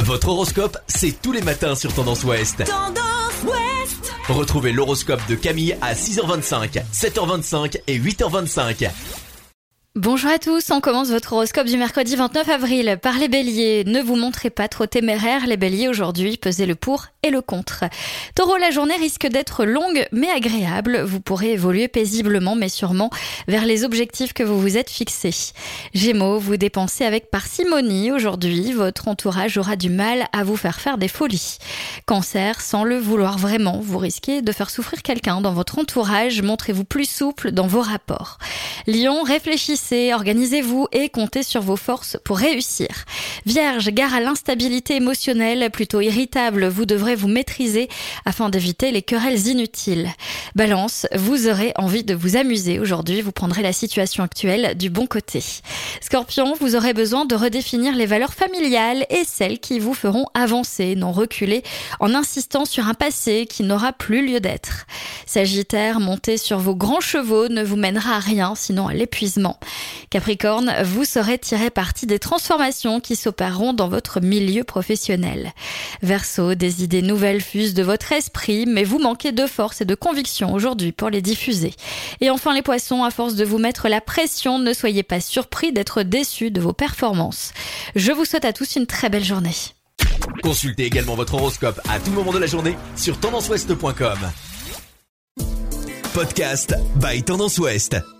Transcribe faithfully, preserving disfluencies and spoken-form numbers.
Votre horoscope, c'est tous les matins sur Tendance Ouest. Tendance Ouest. Retrouvez l'horoscope de Camille à six heures vingt-cinq, sept heures vingt-cinq et huit heures vingt-cinq. Bonjour à tous, on commence votre horoscope du mercredi vingt-neuf avril par les béliers. Ne vous montrez pas trop téméraires, les béliers aujourd'hui, pesez le pour et le contre. Taureau, la journée risque d'être longue mais agréable. Vous pourrez évoluer paisiblement mais sûrement vers les objectifs que vous vous êtes fixés. Gémeaux, vous dépensez avec parcimonie aujourd'hui. Votre entourage aura du mal à vous faire faire des folies. Cancer, sans le vouloir vraiment, vous risquez de faire souffrir quelqu'un dans votre entourage. Montrez-vous plus souple dans vos rapports. Lion, réfléchissez. Organisez-vous et comptez sur vos forces pour réussir. Vierge, gare à l'instabilité émotionnelle, plutôt irritable, vous devrez vous maîtriser afin d'éviter les querelles inutiles. Balance, vous aurez envie de vous amuser aujourd'hui, vous prendrez la situation actuelle du bon côté. Scorpion, vous aurez besoin de redéfinir les valeurs familiales et celles qui vous feront avancer, non reculer en insistant sur un passé qui n'aura plus lieu d'être. Sagittaire, monter sur vos grands chevaux ne vous mènera à rien, sinon à l'épuisement. Capricorne, vous saurez tirer parti des transformations qui s'opéreront dans votre milieu professionnel. Verseau, des idées nouvelles fusent de votre esprit, mais vous manquez de force et de conviction aujourd'hui pour les diffuser. Et enfin les poissons, à force de vous mettre la pression, ne soyez pas surpris d'être déçus de vos performances. Je vous souhaite à tous une très belle journée. Consultez également votre horoscope à tout moment de la journée sur tendance ouest point com. Podcast by Tendance Ouest.